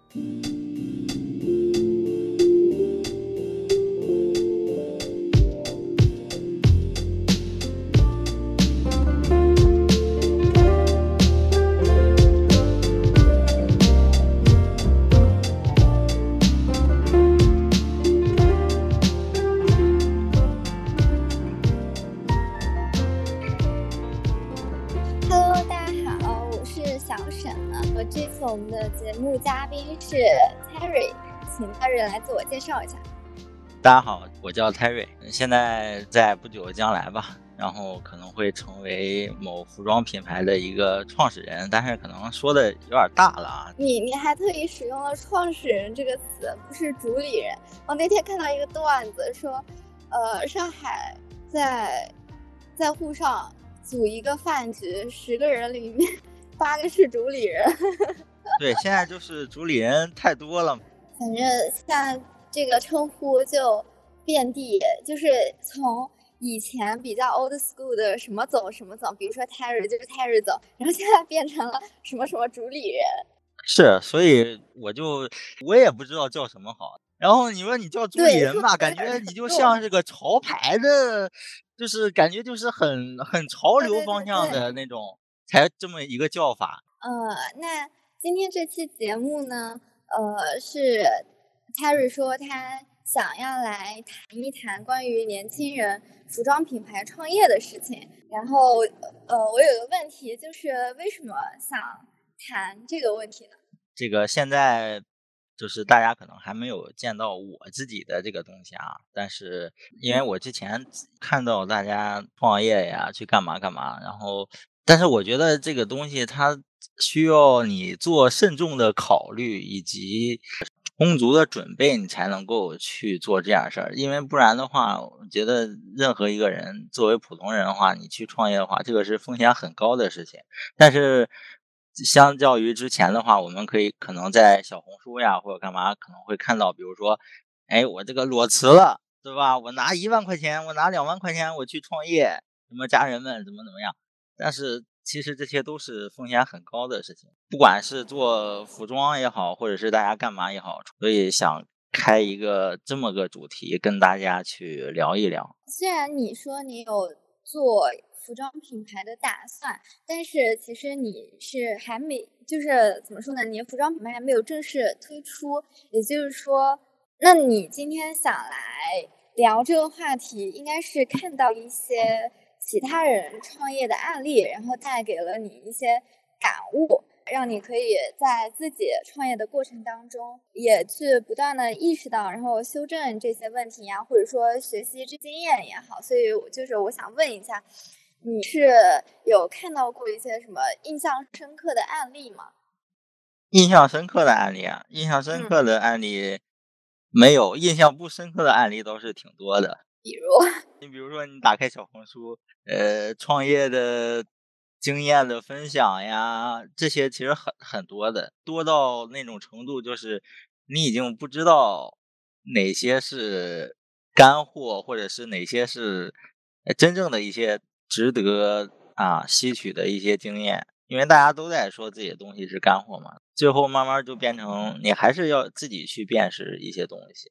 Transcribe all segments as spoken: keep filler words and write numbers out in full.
我们的节目嘉宾是 Terry， 请 Terry 来自我介绍一下。 大家好，我叫 Terry， 现在在不久将来吧，然后可能会成为某服装品牌的一个创始人，但是可能说的有点大了啊。 你你还特意使用了创始人这个词，不是主理人。我那天看到一个段子说，呃，上海在在沪上组一个饭局，十个人里面八个是主理人。 对，现在就是主理人太多了。 反正现在这个称呼就遍地，就是从以前比较 old school 的什么总什么总，比如说 Terry 就是 Terry 总，然后现在变成了什么什么主理人。 是，所以我就我也不知道叫什么好。然后你说你叫主理人吧，感觉你就像是个潮牌的，就是感觉就是很很潮流方向的那种，才这么一个叫法。 呃，那今天这期节目呢，呃，是 Terry 说他想要来谈一谈关于年轻人服装品牌创业的事情。然后，呃，我有个问题，就是为什么想谈这个问题呢？ 这个现在就是大家可能还没有见到我自己的这个东西啊，但是因为我之前看到大家创业呀，去干嘛干嘛，然后但是我觉得这个东西它需要你做慎重的考虑以及充足的准备，你才能够去做这样事儿。因为不然的话，我觉得任何一个人作为普通人的话，你去创业的话，这个是风险很高的事情。但是相较于之前的话，我们可以可能在小红书呀或者干嘛可能会看到，比如说，哎，我这个裸辞了，对吧？我拿一万块钱，我拿两万块钱，我去创业，什么家人们怎么怎么样？但是其实这些都是风险很高的事情，不管是做服装也好，或者是大家干嘛也好，所以想开一个这么个主题跟大家去聊一聊。 虽然你说你有做服装品牌的打算，但是其实你是还没，就是怎么说呢？你的服装品牌还没有正式推出，也就是说，那你今天想来聊这个话题，应该是看到一些其他人创业的案例，然后带给了你一些感悟，让你可以在自己创业的过程当中也去不断的意识到，然后修正这些问题呀，或者说学习这经验也好。所以就是我想问一下，你是有看到过一些什么印象深刻的案例吗？ 印象深刻的案例啊，印象深刻的案例、嗯、没有，印象不深刻的案例倒是挺多的。 比如你比如说你打开小红书，呃，创业的经验的分享呀，这些其实很很多的，多到那种程度，就是你已经不知道哪些是干货，或者是哪些是真正的一些值得啊吸取的一些经验，因为大家都在说自己的东西是干货嘛，最后慢慢就变成你还是要自己去辨识一些东西。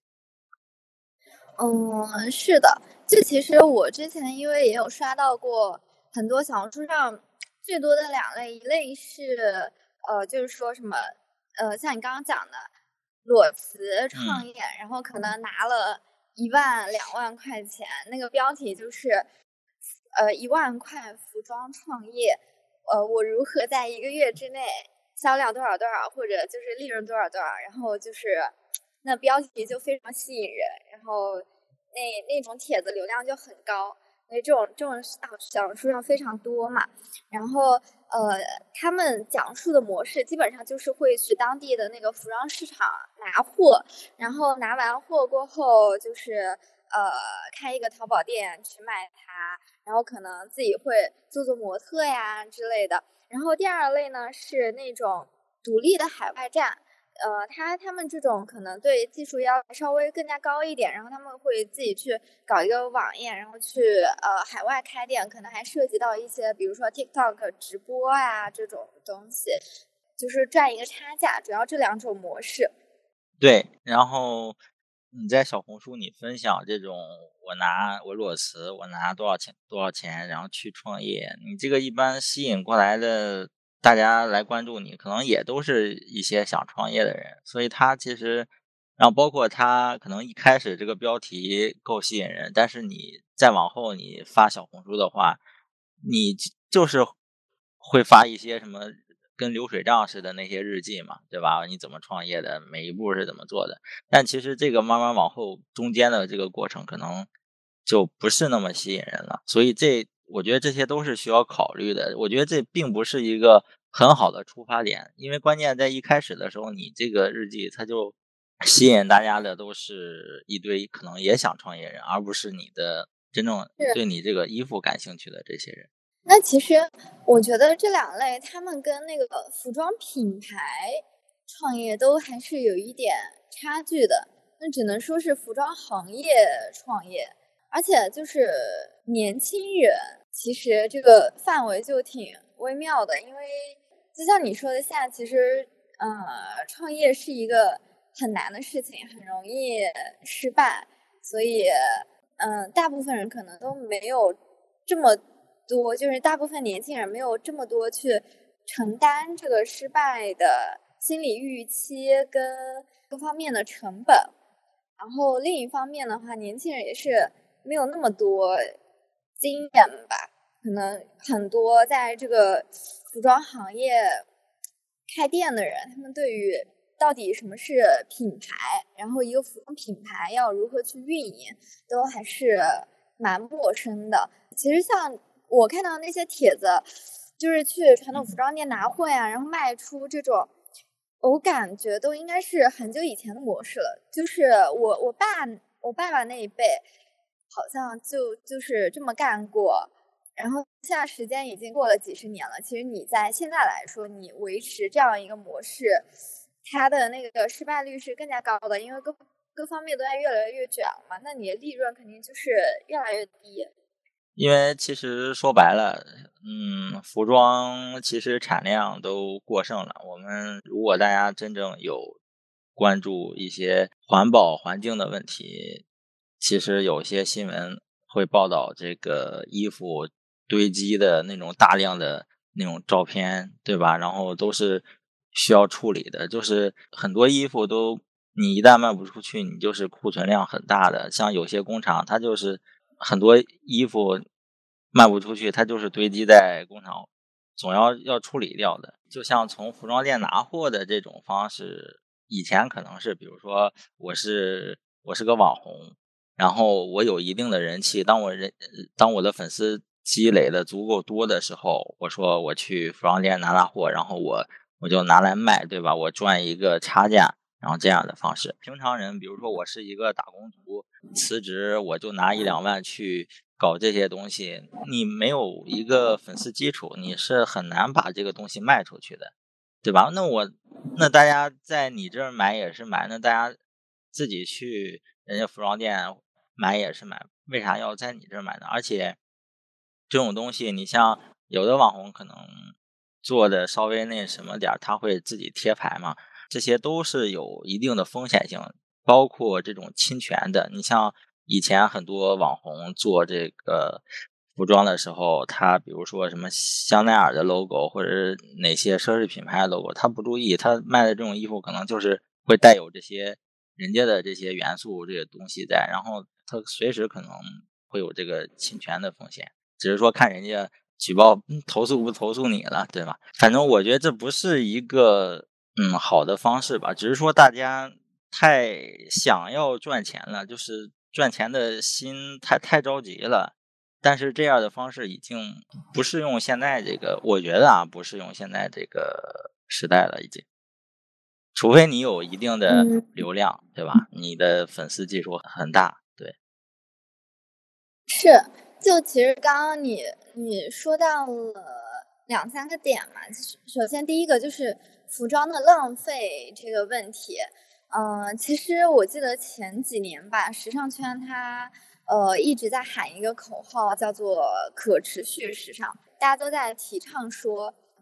嗯，是的，就其实我之前因为也有刷到过很多小红书上最多的两类，一类是呃，就是说什么呃，像你刚刚讲的裸辞创业、嗯，然后可能拿了一万两万块钱，那个标题就是呃一万块服装创业，呃，我如何在一个月之内销量多少多少，或者就是利润多少多少，然后就是。那标题就非常吸引人，然后那那种帖子流量就很高，因为这种这种小红书上非常多嘛。然后呃，他们讲述的模式基本上就是会去当地的那个服装市场拿货，然后拿完货过后就是呃开一个淘宝店去卖它，然后可能自己会做做模特呀之类的。然后第二类呢是那种独立的海外站。呃，他他们这种可能对技术要稍微更加高一点，然后他们会自己去搞一个网页，然后去呃海外开店，可能还涉及到一些，比如说 TikTok 直播呀这种东西。 就是赚一个差价，主要这两种模式。 对，然后你在小红书你分享这种我拿我裸辞我拿多少钱多少钱然后去创业，你这个一般吸引过来的大家来关注你可能也都是一些想创业的人，所以他其实然后包括他可能一开始这个标题够吸引人，但是你再往后你发小红书的话，你就是会发一些什么跟流水账似的那些日记嘛，对吧？你怎么创业的，每一步是怎么做的，但其实这个慢慢往后中间的这个过程可能就不是那么吸引人了，所以这我觉得这些都是需要考虑的，我觉得这并不是一个很好的出发点，因为关键在一开始的时候你这个日记它就吸引大家的都是一堆可能也想创业人，而不是你的真正对你这个衣服感兴趣的这些人。 那其实我觉得这两类他们跟那个服装品牌创业都还是有一点差距的，那只能说是服装行业创业，而且就是年轻人其实这个范围就挺微妙的，因为就像你说的，现在其实呃创业是一个很难的事情，很容易失败，所以嗯、呃，大部分人可能都没有这么多，就是大部分年轻人没有这么多去承担这个失败的心理预期跟各方面的成本。然后另一方面的话，年轻人也是没有那么多经验吧，可能很多在这个服装行业开店的人，他们对于到底什么是品牌，然后一个服装品牌要如何去运营，都还是蛮陌生的。其实像我看到那些帖子，就是去传统服装店拿货呀，然后卖出这种，我感觉都应该是很久以前的模式了。就是我我爸我爸爸那一辈，好像就就是这么干过。然后现在时间已经过了几十年了，其实你在现在来说，你维持这样一个模式，它的那个失败率是更加高的，因为各各方面都在越来越卷嘛，那你的利润肯定就是越来越低。 因为其实说白了，嗯，服装其实产量都过剩了。我们如果大家真正有关注一些环保环境的问题，其实有些新闻会报道这个衣服堆积的那种大量的那种照片，对吧？然后都是需要处理的，就是很多衣服都你一旦卖不出去，你就是库存量很大的。像有些工厂，它就是很多衣服卖不出去，它就是堆积在工厂，总要要处理掉的。就像从服装店拿货的这种方式，以前可能是比如说我是我是个网红，然后我有一定的人气，当我人当我的粉丝积累的足够多的时候，我说我去服装店拿拿货，然后我我就拿来卖，对吧？我赚一个差价，然后这样的方式。平常人，比如说我是一个打工族，辞职我就拿一两万去搞这些东西，你没有一个粉丝基础，你是很难把这个东西卖出去的，对吧？那我那大家在你这儿买也是买，那大家自己去人家服装店买也是买，为啥要在你这儿买呢？而且这种东西，你像有的网红可能做的稍微那什么点儿，他会自己贴牌嘛，这些都是有一定的风险性，包括这种侵权的。你像以前很多网红做这个服装的时候，他比如说什么香奈儿的 logo 或者是哪些奢侈品牌的 logo，他不注意，他卖的这种衣服可能就是会带有这些人家的这些元素这些东西在，然后他随时可能会有这个侵权的风险，只是说看人家举报投诉不投诉你了，对吧？反正我觉得这不是一个嗯好的方式吧，只是说大家太想要赚钱了，就是赚钱的心太太着急了。但是这样的方式已经不适用现在这个，我觉得啊，不适用现在这个时代了，已经。除非你有一定的嗯， 流量，对吧？你的粉丝基础很大，对。 是，就其实刚刚你你说到了两三个点嘛，首先第一个就是服装的浪费这个问题。嗯、呃，其实我记得前几年吧，时尚圈它呃一直在喊一个口号，叫做可持续时尚，大家都在提倡说，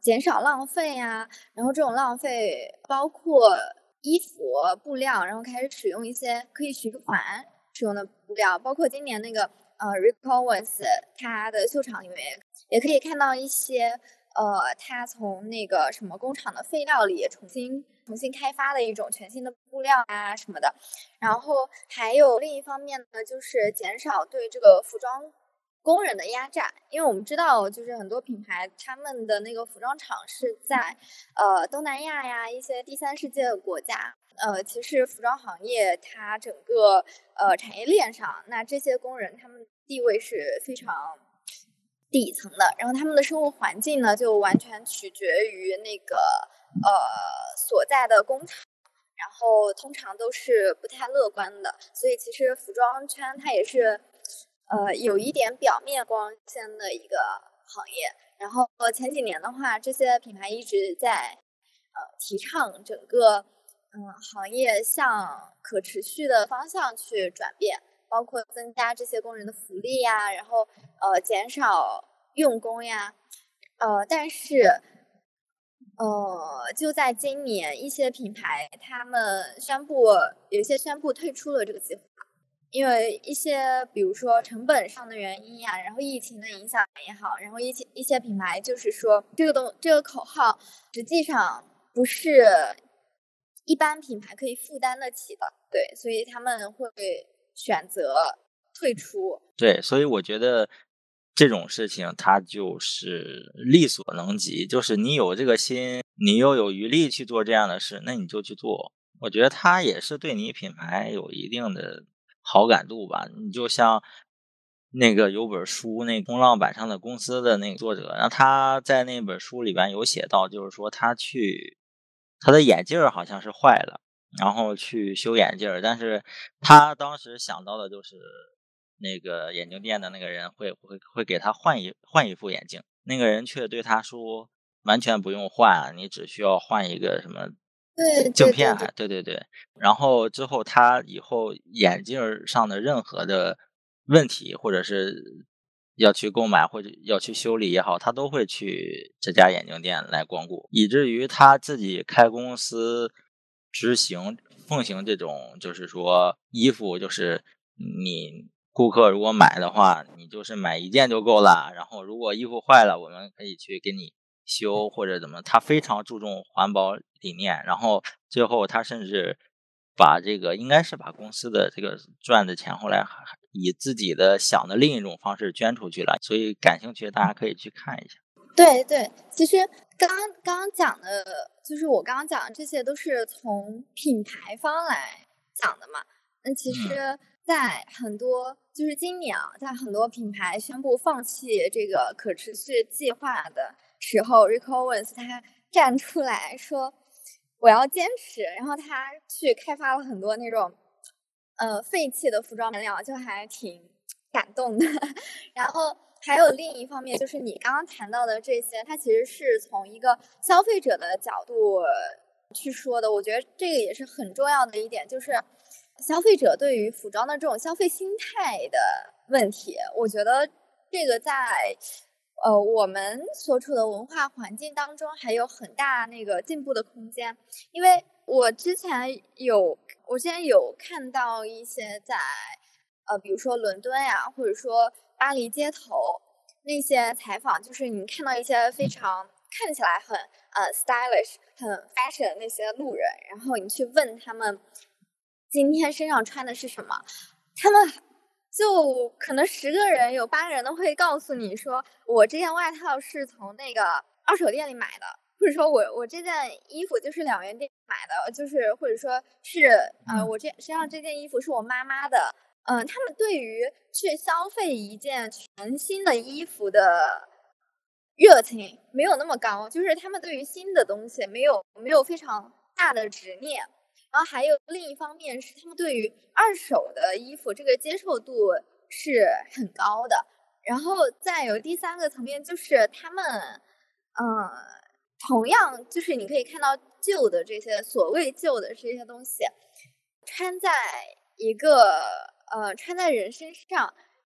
减少浪费啊，然后这种浪费包括衣服、布料，然后开始使用一些可以循环使用的布料，包括今年那个呃 Rick Owens 他的秀场里面也可以看到一些呃他从那个什么工厂的废料里重新重新开发的一种全新的布料啊什么的。然后还有另一方面呢，就是减少对这个服装工人的压榨，因为我们知道，就是很多品牌他们的那个服装厂是在呃东南亚呀一些第三世界的国家，呃，其实服装行业它整个呃产业链上，那这些工人他们地位是非常底层的，然后他们的生活环境呢就完全取决于那个呃所在的工厂。然后通常都是不太乐观的，所以其实服装圈它也是呃有一点表面光鲜的一个行业。然后前几年的话，这些品牌一直在呃提倡整个嗯行业向可持续的方向去转变，包括增加这些工人的福利呀，然后呃减少用工呀，呃但是呃，就在今年，一些品牌他们宣布，有一些宣布退出了这个计划，因为一些比如说成本上的原因呀，然后疫情的影响也好，然后一些一些品牌就是说这个东这个口号实际上不是一般品牌可以负担得起的，对，所以他们会选择退出。 对，所以我觉得这种事情它就是力所能及，就是你有这个心，你又有余力去做这样的事，那你就去做。我觉得它也是对你品牌有一定的好感度吧。你就像那个有本书，那冲浪板上的公司的那个作者，然后他在那本书里边有写到，就是说他去他的眼镜好像是坏了，然后去修眼镜，但是他当时想到的就是那个眼镜店的那个人会会会给他换一换一副眼镜，那个人却对他说完全不用换，你只需要换一个什么对镜片， 对对对还对对对。然后之后他以后眼镜上的任何的问题，或者是要去购买或者要去修理也好，他都会去这家眼镜店来光顾，以至于他自己开公司执行奉行这种，就是说衣服就是你顾客如果买的话，你就是买一件就够了，然后如果衣服坏了，我们可以去给你修或者怎么，他非常注重环保理念，然后最后他甚至把这个应该是把公司的这个赚的钱后来以自己的想的另一种方式捐出去了，所以感兴趣的大家可以去看一下。 对对，其实刚刚刚讲的，就是我刚刚讲的这些都是从品牌方来讲的嘛。那其嗯， 实，在很多就是今年啊，在很多品牌宣布放弃这个可持续计划的时候，Rick Owens 他站出来说我要坚持，然后他去开发了很多那种呃废弃的服装原料，就还挺感动的。然后还有另一方面，就是你刚刚谈到的这些，它其实是从一个消费者的角度去说的。我觉得这个也是很重要的一点，就是消费者对于服装的这种消费心态的问题。我觉得这个在呃我们所处的文化环境当中还有很大那个进步的空间。因为我之前有我之前有看到一些在呃，比如说伦敦呀，或者说巴黎街头那些采访，就是你看到一些非常看起来很呃 stylish、很 fashion 的那些路人，然后你去问他们今天身上穿的是什么，他们就可能十个人有八个人都会告诉你说，我这件外套是从那个二手店里买的。或者说我我这件衣服就是两元店买的，就是或者说是呃嗯， 我这身上这件衣服是我妈妈的。嗯、呃，他们对于去消费一件全新的衣服的热情没有那么高，就是他们对于新的东西没有没有非常大的执念。然后还有另一方面是他们对于二手的衣服这个接受度是很高的。然后再有第三个层面就是他们，嗯，同样就是你可以看到旧的这些所谓旧的这些东西，穿在一个呃穿在人身上，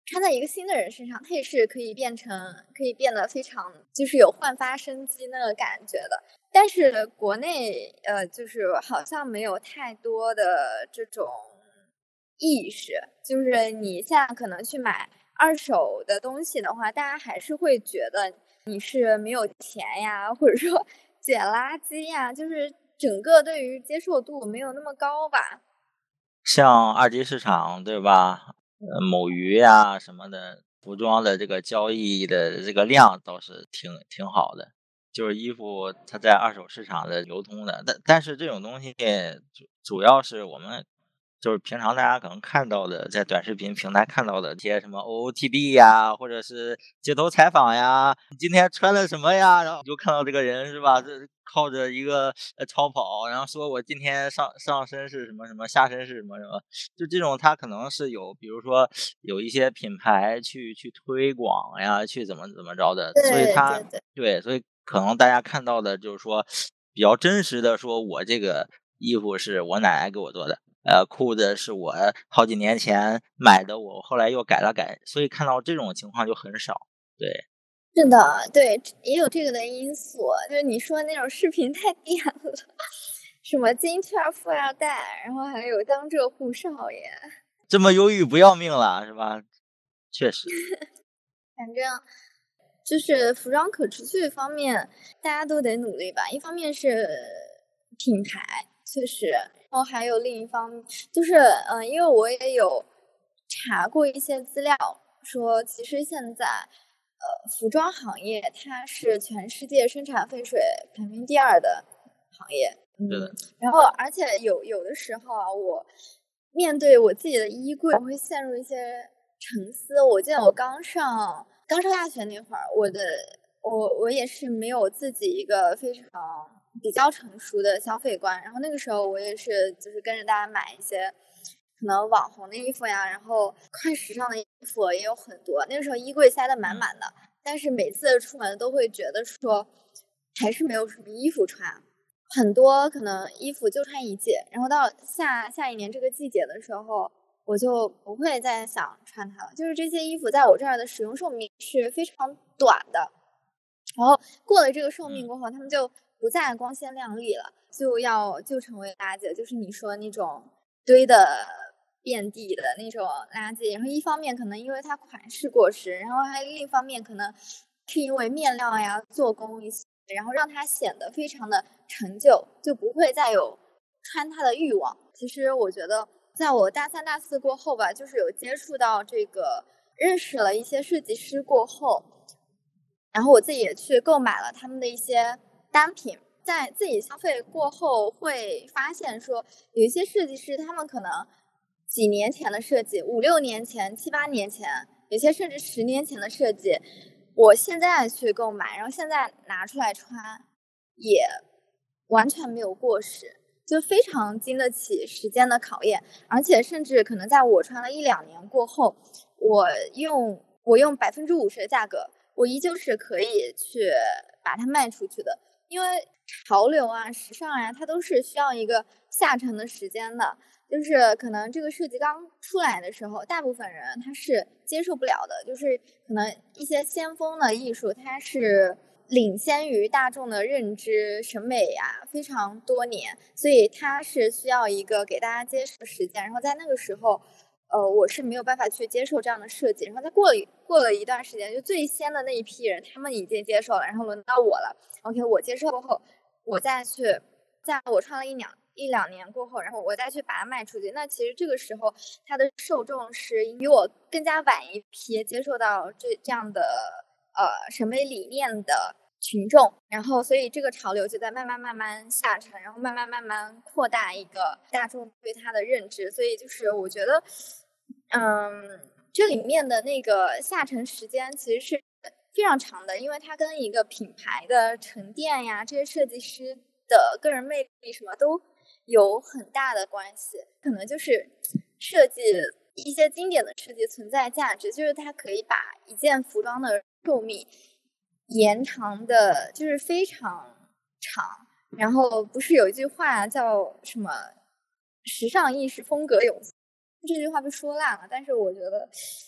穿在一个新的人身上，它也是可以变成可以变得非常就是有焕发生机那个感觉的。但是国内呃，就是好像没有太多的这种意识，就是你现在可能去买二手的东西的话，大家还是会觉得你是没有钱呀，或者说捡垃圾呀，就是整个对于接受度没有那么高吧。 像二级市场对吧？呃，某鱼呀什么的，服装的这个交易的这个量倒是挺挺好的，就是衣服它在二手市场的流通的，但但是这种东西主主要是我们就是平常大家可能看到的，在短视频平台看到的一些什么 O O T D 呀，或者是街头采访呀，你今天穿了什么呀？然后你就看到这个人是吧？这靠着一个呃超跑，然后说我今天上上身是什么什么，下身是什么什么，就这种他可能是有，比如说有一些品牌去去推广呀，去怎么怎么着的，所以他对对对。 对，所以可能大家看到的就是说比较真实的，说我这个衣服是我奶奶给我做的。呃，裤子是我好几年前买的，我后来又改了改，所以看到这种情况就很少。对， 是的，对，也有这个的因素，就是你说那种视频太点了，什么金圈富二代，然后还有江浙沪少爷， 这么忧郁不要命了是吧？确实， 反正就是服装可持续方面，大家都得努力吧。一方面是品牌，确实，然后还有另一方面就是，嗯、呃，因为我也有查过一些资料，说其实现在，呃，服装行业它是全世界生产废水排名第二的行业。嗯， 是的， 然后而且有有的时候啊，我面对我自己的衣柜，我会陷入一些沉思。我记得我刚上刚上大学那会儿，我的我我也是没有自己一个非常比较成熟的消费观，然后那个时候我也是就是跟着大家买一些可能网红的衣服呀，然后快时尚的衣服也有很多，那个时候衣柜塞得满嗯， 满的，但是每次出门都会觉得说还是没有什么衣服穿。很多可能衣服就穿一季，然后到下下一年这个季节的时候，我就不会再想穿它了。就是这些衣服在我这儿的使用寿命是非常短的，然后过了这个寿命嗯， 过后，它们就不再光鲜亮丽了，就要就成为垃圾，就是你说那种堆的遍地的那种垃圾。然后一方面可能因为它款式过时，然后还另一方面可能是因为面料呀、做工一些。然后让它显得非常的陈旧，就不会再有穿它的欲望。其实我觉得，在我大三、大四过后吧，就是有接触到这个，认识了一些设计师过后，然后我自己也去购买了他们的一些单品。在自己消费过后，会发现说，有一些设计师他们可能几年前的设计，五六年前、七八年前，有些甚至十年前的设计，我现在去购买，然后现在拿出来穿，也完全没有过时，就非常经得起时间的考验，而且甚至可能在我穿了一两年过后，我用我用百分之五十的价格，我依旧是可以去把它卖出去的。因为潮流啊、时尚啊，它都是需要一个下沉的时间的。就是可能这个设计刚出来的时候，大部分人他是接受不了的，就是可能一些先锋的艺术，它是领先于大众的认知审美呀、非常多年，所以它是需要一个给大家接受的时间。然后在那个时候，呃，我是没有办法去接受这样的设计。然后再过了过了一段时间，就最先的那一批人，他们已经接受了，然后轮到我了。OK，我接受过后，我再去，在我穿了一两一两年过后，然后我再去把它卖出去。那其实这个时候，它的受众是比我更加晚一批接受到这这样的呃审美理念的群众，然后所以这个潮流就在慢慢慢慢下沉，然后慢慢慢慢扩大一个大众对它的认知。所以就是我觉得，嗯，这里面的那个下沉时间其实是非常长的，因为它跟一个品牌的沉淀呀，这些设计师的个人魅力什么都有很大的关系。可能就是设计一些经典的设计存在价值，就是它可以把一件服装的寿命延长的，就是非常长。然后不是有一句话叫什么"时尚意识风格永"，这句话被说烂了，但是我觉得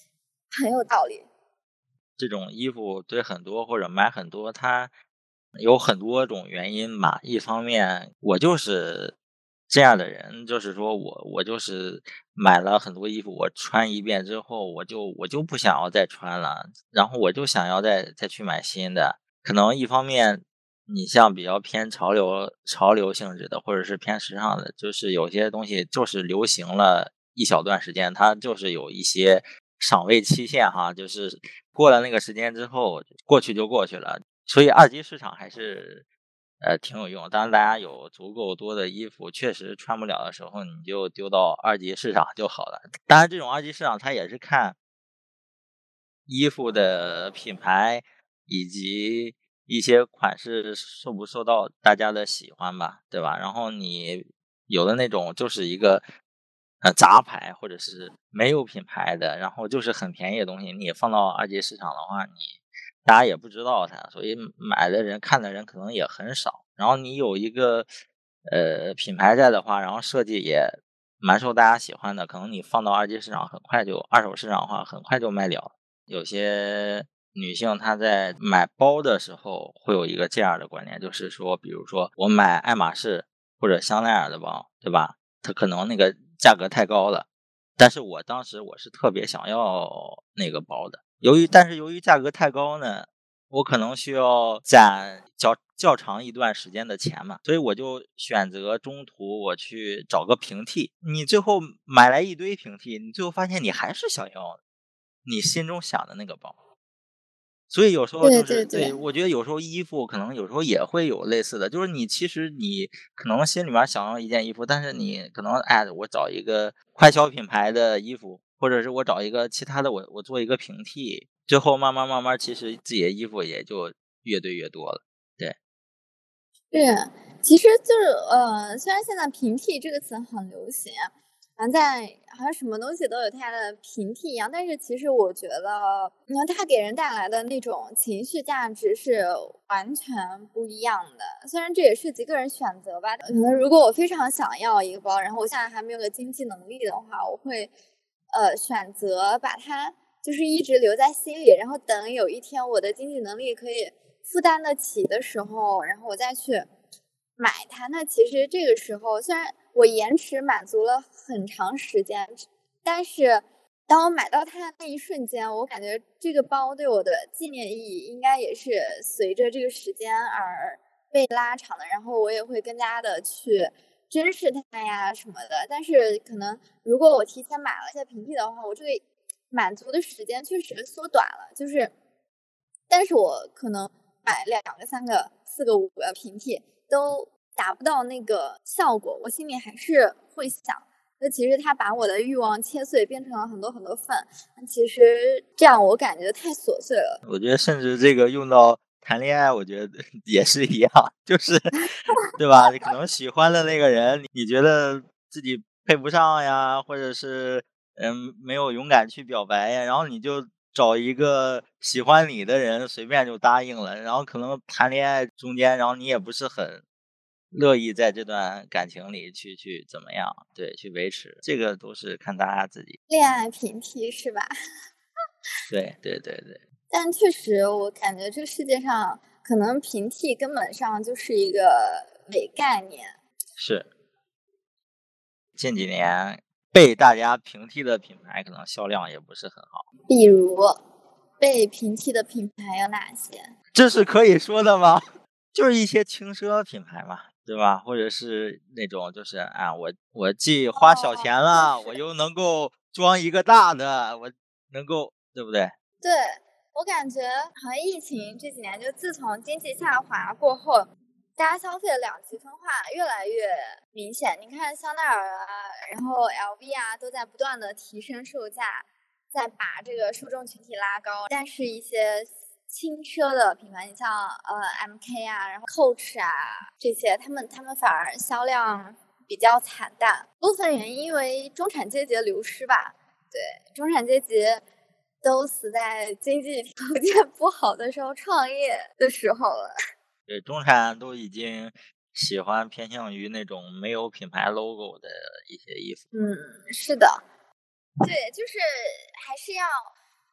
很有道理。 这种衣服堆很多或者买很多，它有很多种原因吧。一方面，我就是这样的人，就是说我我就是买了很多衣服，我穿一遍之后，我就我就不想要再穿了，然后我就想要再再去买新的。可能一方面，你像比较偏潮流潮流性质的，或者是偏时尚的，就是有些东西就是流行了一小段时间，它就是有一些赏味期限哈，就是过了那个时间之后，过去就过去了。所以二级市场还是呃挺有用。当然，大家有足够多的衣服，确实穿不了的时候，你就丢到二级市场就好了。当然，这种二级市场它也是看衣服的品牌以及一些款式受不受到大家的喜欢吧，对吧？然后你有的那种就是一个呃杂牌或者是没有品牌的，然后就是很便宜的东西，你放到二级市场的话，你大家也不知道它，所以买的人看的人可能也很少。然后你有一个呃品牌在的话，然后设计也蛮受大家喜欢的，可能你放到二级市场很快就二手市场的话很快就卖掉了。有些女性她在买包的时候会有一个这样的观念，就是说，比如说我买爱马仕或者香奈儿的包，对吧？它可能那个价格太高了，但是我当时我是特别想要那个包的。由于但是由于价格太高呢，我可能需要攒较较长一段时间的钱嘛，所以我就选择中途我去找个平替。你最后买来一堆平替，你最后发现你还是想要你心中想的那个包。所以有时候就是对， 对对对。 我觉得有时候衣服可能有时候也会有类似的，就是你其实你可能心里面想要一件衣服，但是你可能哎，我找一个快消品牌的衣服，或者是我找一个其他的我我做一个平替，最后慢慢慢慢，其实自己的衣服也就越堆越多了。对， 是，其实就是呃，虽然现在平替这个词很流行，好像在好像什么东西都有它的平替一样，但是其实我觉得，嗯，它给人带来的那种情绪价值是完全不一样的。虽然这也涉及个人选择吧，可能如果我非常想要一个包，然后我现在还没有个经济能力的话，我会呃选择把它就是一直留在心里，然后等有一天我的经济能力可以负担得起的时候，然后我再去买它。那其实这个时候，虽然我延迟满足了很长时间，但是当我买到它的那一瞬间，我感觉这个包对我的纪念意义应该也是随着这个时间而被拉长的。然后我也会更加的去珍视它呀什么的。但是可能如果我提前买了一些平替的话，我这个满足的时间确实缩短了，就是但是我可能买两个、三个、四个、五个平替都达不到那个效果，我心里还是会想，那其实它把我的欲望切碎，变成了很多很多份，那其实这样我感觉太琐碎了。 我觉得甚至这个用到谈恋爱，我觉得也是一样，就是对吧？你可能喜欢的那个人，你觉得自己配不上呀，或者是嗯没有勇敢去表白呀，然后你就找一个喜欢你的人，随便就答应了，然后可能谈恋爱中间，然后你也不是很乐意在这段感情里去去怎么样，对，去维持，这个都是看大家自己。 恋爱平替是吧？ 对对对对， 但确实我感觉这世界上可能平替根本上就是一个伪概念。 是。近几年被大家平替的品牌，可能销量也不是很好。 比如被平替的品牌有哪些？ 这是可以说的吗？就是一些轻奢品牌嘛，对吧？或者是那种就是啊，我我既花小哦， 钱了，我确实。 又能够装一个大的，我能够对不对？ 对，我感觉好像疫情这几年，就自从经济下滑过后，大家消费的两极分化越来越明显。你看香奈儿啊，然后 L V 啊，都在不断的提升售价，在把这个受众群体拉高。但是，一些轻奢的品牌，你像呃 M K 啊，然后 Coach 啊这些，他们他们反而销量比较惨淡。部分原因因为中产阶级的流失吧。对，中产阶级都死在经济条件不好的时候创业的时候了。 对，中产都已经喜欢偏向于那种没有品牌 logo 的一些衣服。 嗯，是的。对，就是还是要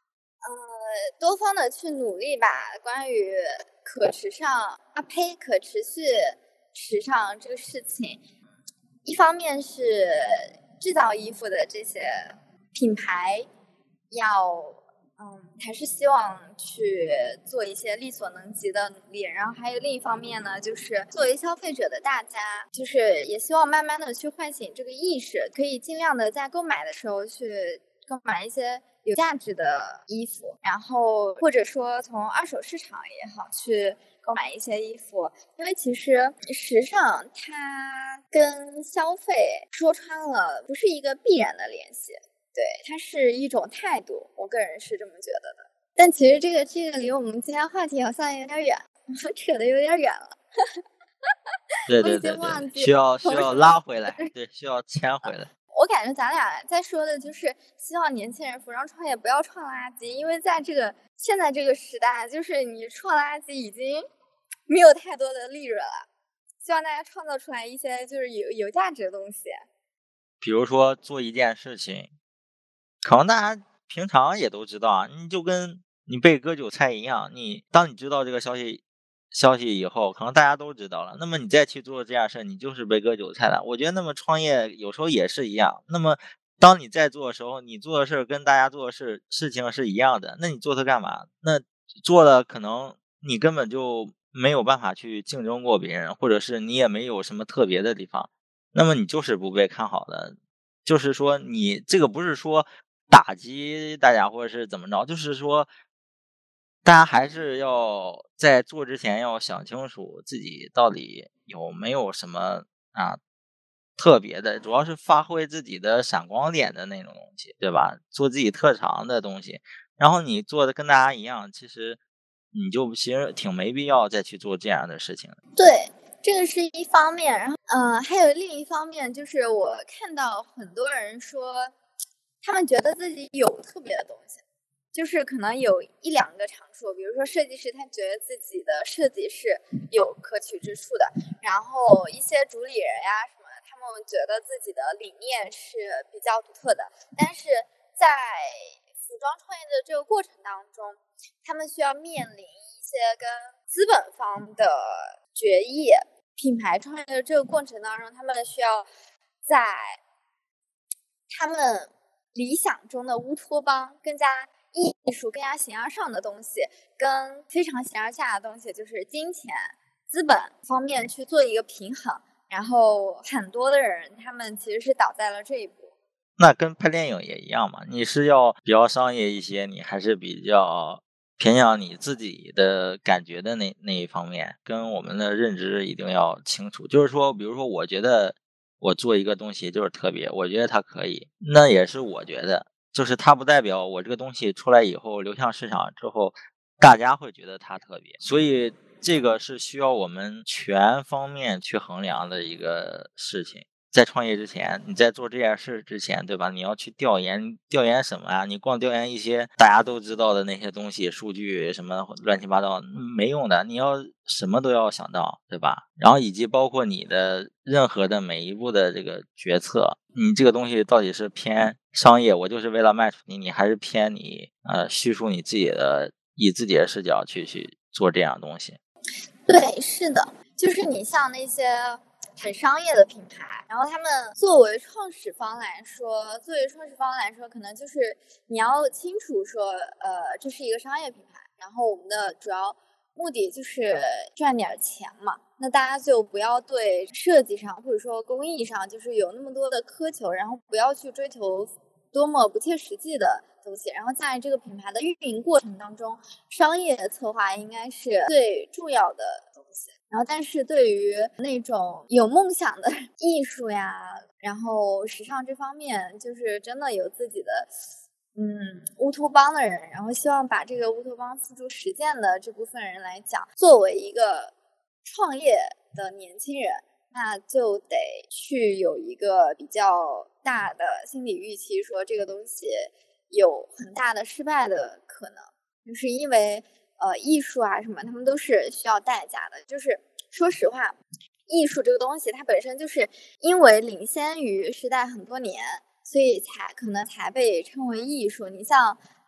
呃，多方的去努力吧。关于可时尚啊呸，可持续时尚这个事情，一方面是制造衣服的这些品牌要。嗯，还是希望去做一些力所能及的努力，然后还有另一方面呢，就是作为消费者的大家，就是也希望慢慢的去唤醒这个意识，可以尽量的在购买的时候去购买一些有价值的衣服，然后或者说从二手市场也好去购买一些衣服，因为其实时尚它跟消费说穿了不是一个必然的联系。对，它是一种态度，我个人是这么觉得的。但其实这个这个离我们今天话题好像有点远，扯得有点远了。 对我已对对对， 经忘记需要需要拉回来，对，需要牵回来。 我感觉咱俩在说的就是希望年轻人服装创业不要创垃圾，因为在这个现在这个时代，就是你创垃圾已经没有太多的利润了。希望大家创造出来一些就是有有价值的东西。 比如说做一件事情。可能大家平常也都知道啊，你就跟你被割韭菜一样，你当你知道这个消息消息以后，可能大家都知道了，那么你再去做这件事，你就是被割韭菜了。我觉得那么创业有时候也是一样，那么当你在做的时候，你做的事儿跟大家做的事事情是一样的，那你做它干嘛？那做了可能你根本就没有办法去竞争过别人，或者是你也没有什么特别的地方，那么你就是不被看好的。就是说你这个不是说打击大家或者是怎么着，就是说大家还是要在做之前要想清楚自己到底有没有什么啊特别的，主要是发挥自己的闪光点的那种东西，对吧？做自己特长的东西，然后你做的跟大家一样，其实你就其实挺没必要再去做这样的事情。 对，这个是一方面，然后嗯、呃，还有另一方面就是我看到很多人说，他们觉得自己有特别的东西，就是可能有一两个长处，比如说设计师，他觉得自己的设计是有可取之处的，然后一些主理人呀什么的，他们觉得自己的理念是比较独特的，但是在服装创业的这个过程当中，他们需要面临一些跟资本方的决议，品牌创业的这个过程当中，他们需要在他们理想中的乌托邦更加艺术、更加形而上的东西，跟非常形而下的东西，就是金钱、资本方面去做一个平衡。然后很多的人，他们其实是倒在了这一步。 那跟拍电影也一样嘛，你是要比较商业一些，你还是比较偏向你自己的感觉的那那一方面，跟我们的认知一定要清楚。就是说，比如说，我觉得我做一个东西就是特别，我觉得它可以，那也是我觉得，就是它不代表我这个东西出来以后流向市场之后，大家会觉得它特别。所以这个是需要我们全方面去衡量的一个事情。在创业之前，你在做这件事之前，对吧？你要去调研，调研什么呀？你光调研一些大家都知道的那些东西、数据什么乱七八糟，没用的。你要什么都要想到，对吧？然后以及包括你的任何的每一步的这个决策，你这个东西到底是偏商业，我就是为了卖出你，你还是偏你呃叙述你自己的，以自己的视角去去做这样的东西。 对，是的，就是你像那些很商业的品牌，然后他们作为创始方来说，作为创始方来说，可能就是你要清楚说，呃，这是一个商业品牌，然后我们的主要目的就是赚点钱嘛。那大家就不要对设计上或者说工艺上就是有那么多的苛求，然后不要去追求多么不切实际的东西，然后在这个品牌的运营过程当中，商业策划应该是最重要的东西。然后，但是对于那种有梦想的艺术呀，然后时尚这方面，就是真的有自己的嗯乌托邦的人，然后希望把这个乌托邦付诸实践的这部分人来讲，作为一个创业的年轻人，那就得去有一个比较大的心理预期，说这个东西有很大的失败的可能，就是因为呃艺术啊什么，他们都是需要代价的。就是说实话，艺术这个东西它本身就是因为领先于时代很多年，所以才可能才被称为艺术。你像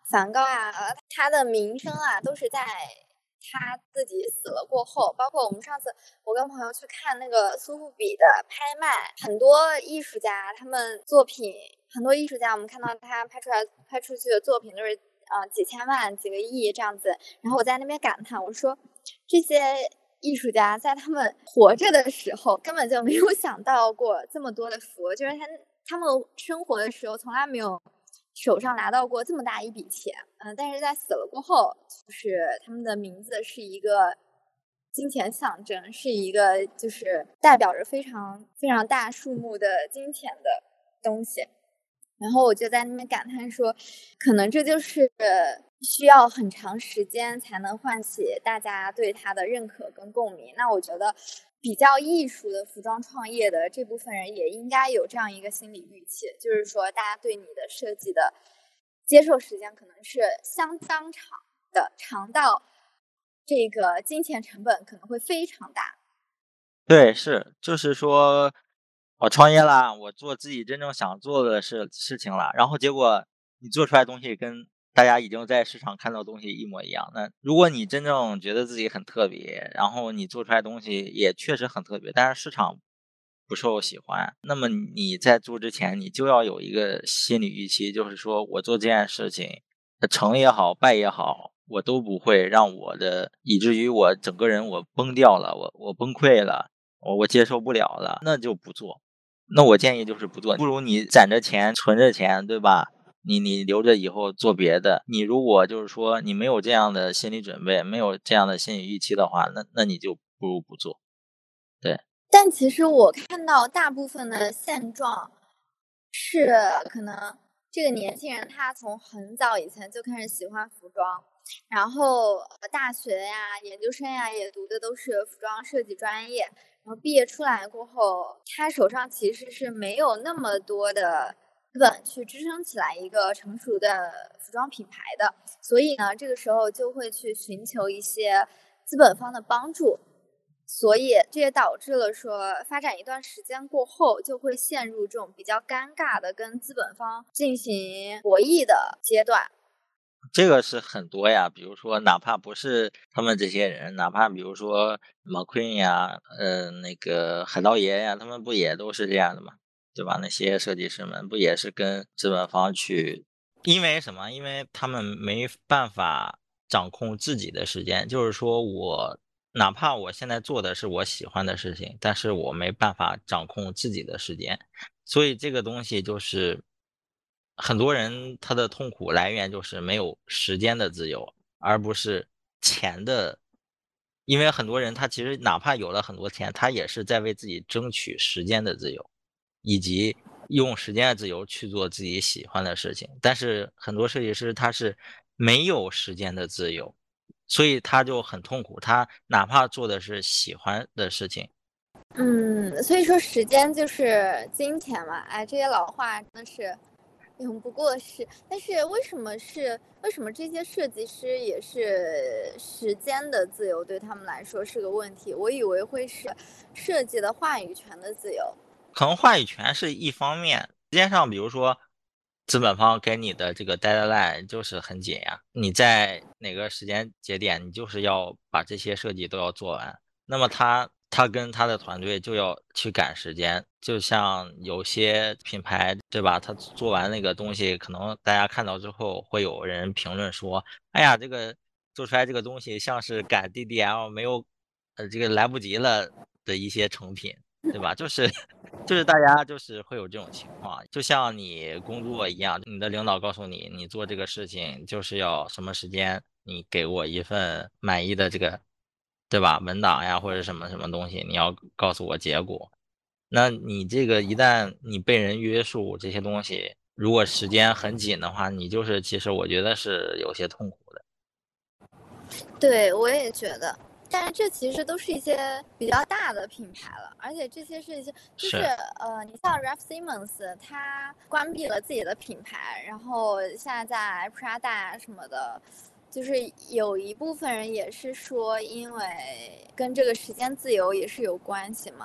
梵高啊，他的名声啊，都是在他自己死了过后。包括我们上次我跟朋友去看那个苏富比的拍卖，很多艺术家他们作品，很多艺术家我们看到他拍出来拍出去的作品都是呃几千万几个亿这样子。然后我在那边感叹，我说这些艺术家在他们活着的时候根本就没有想到过这么多的福，就是他他们生活的时候从来没有手上拿到过这么大一笔钱，嗯、呃，但是在死了过后，就是他们的名字是一个金钱象征，是一个就是代表着非常非常大数目的金钱的东西。然后我就在那边感叹说，可能这就是需要很长时间才能唤起大家对它的认可跟共鸣。那我觉得比较艺术的服装创业的这部分人也应该有这样一个心理预期，就是说大家对你的设计的接受时间可能是相当长的，长到这个金钱成本可能会非常大。 对，是，就是说我创业啦，我做自己真正想做的事事情了，然后结果你做出来的东西跟大家已经在市场看到的东西一模一样。那如果你真正觉得自己很特别，然后你做出来的东西也确实很特别，但是市场不受喜欢，那么你在做之前，你就要有一个心理预期，就是说我做这件事情，成也好，败也好，我都不会让我的，以至于我整个人我崩掉了，我我崩溃了，我我接受不了了，那就不做。那我建议就是不做，不如你攒着钱，存着钱，对吧？你你留着以后做别的。你如果就是说你没有这样的心理准备，没有这样的心理预期的话，那那你就不如不做。对。 但其实我看到大部分的现状是，可能这个年轻人他从很早以前就开始喜欢服装，然后大学呀、研究生呀也读的都是服装设计专业，然后毕业出来过后，他手上其实是没有那么多的资本去支撑起来一个成熟的服装品牌的，所以呢，这个时候就会去寻求一些资本方的帮助。所以这也导致了说，发展一段时间过后，就会陷入这种比较尴尬的跟资本方进行博弈的阶段。 这个是很多呀，比如说哪怕不是他们这些人，哪怕比如说 McQueen 呀，呃，那个海盗爷呀，他们不也都是这样的吗？对吧？那些设计师们不也是跟资本方去，因为什么？因为他们没办法掌控自己的时间，就是说我哪怕我现在做的是我喜欢的事情，但是我没办法掌控自己的时间，所以这个东西就是很多人他的痛苦来源就是没有时间的自由，而不是钱的。因为很多人他其实哪怕有了很多钱，他也是在为自己争取时间的自由，以及用时间的自由去做自己喜欢的事情。但是很多设计师他是没有时间的自由，所以他就很痛苦，他哪怕做的是喜欢的事情。 嗯，所以说时间就是金钱嘛，哎，这些老话真的是永不过时。但是为什么是为什么这些设计师也是时间的自由对他们来说是个问题？我以为会是设计的话语权的自由。 可能话语权是一方面，时间上比如说资本方给你的这个 deadline 就是很紧呀，你在哪个时间节点，你就是要把这些设计都要做完。那么他他跟他的团队就要去赶时间，就像有些品牌，对吧？他做完那个东西，可能大家看到之后会有人评论说：“哎呀，这个做出来这个东西像是赶 D D L 没有，呃，这个来不及了的一些成品。”对吧？就是就是大家就是会有这种情况，就像你工作一样，你的领导告诉你，你做这个事情就是要什么时间，你给我一份满意的这个，对吧？文档呀，或者什么什么东西，你要告诉我结果。那你这个一旦你被人约束这些东西，如果时间很紧的话，你就是其实我觉得是有些痛苦的。 对，我也觉得，但是这其实都是一些比较大的品牌了，而且这些是一些，就是是。 呃，你像 Raf Simons，他关闭了自己的品牌，然后现在在 Prada 什么的，就是有一部分人也是说，因为跟这个时间自由也是有关系嘛，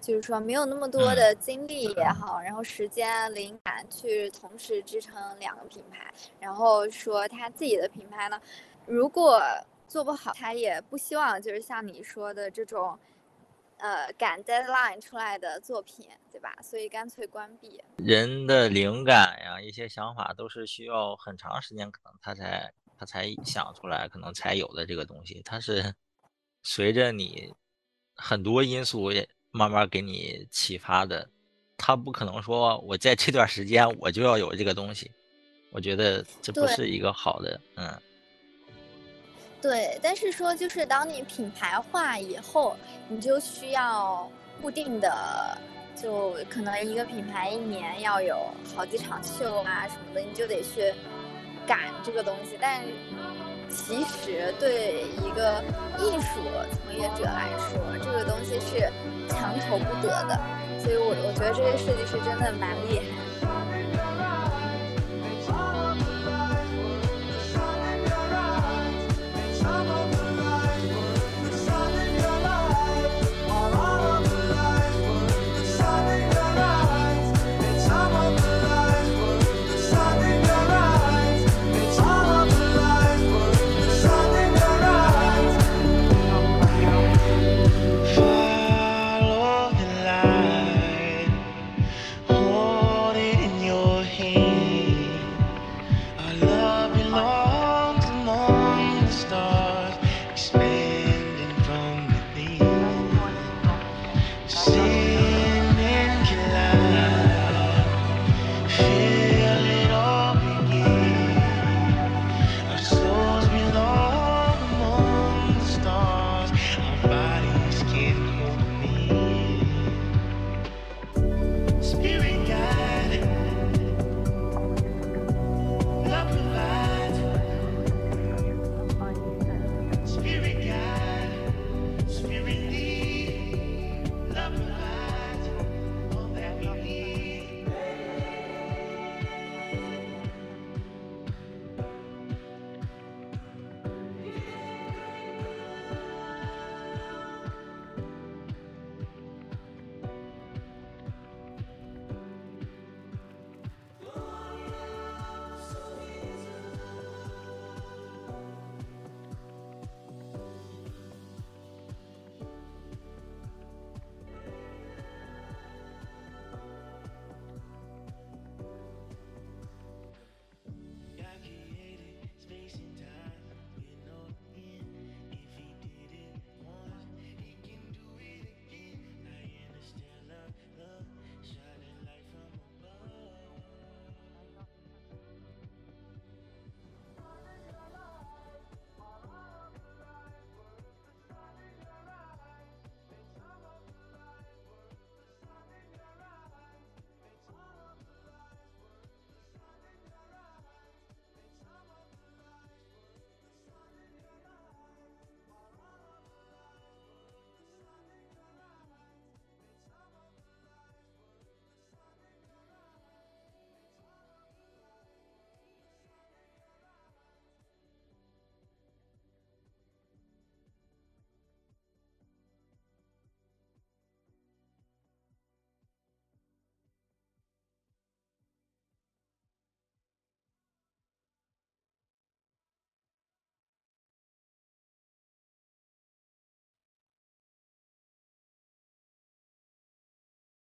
就是说没有那么多的精力也好，然后时间、灵感去同时支撑两个品牌，然后说他自己的品牌呢，如果做不好，他也不希望就是像你说的这种，呃，赶 deadline 出来的作品，对吧？所以干脆关闭。 人的灵感呀，一些想法都是需要很长时间，可能他才他才想出来，可能才有的这个东西，它是随着你很多因素也慢慢给你启发的，他不可能说我在这段时间我就要有这个东西，我觉得这不对是一个好的，嗯。 对，但是说就是当你品牌化以后，你就需要固定的，就可能一个品牌一年要有好几场秀啊什么的，你就得去赶这个东西。但其实对一个艺术从业者来说，这个东西是强求不得的，所以我我觉得这些设计师真的蛮厉害。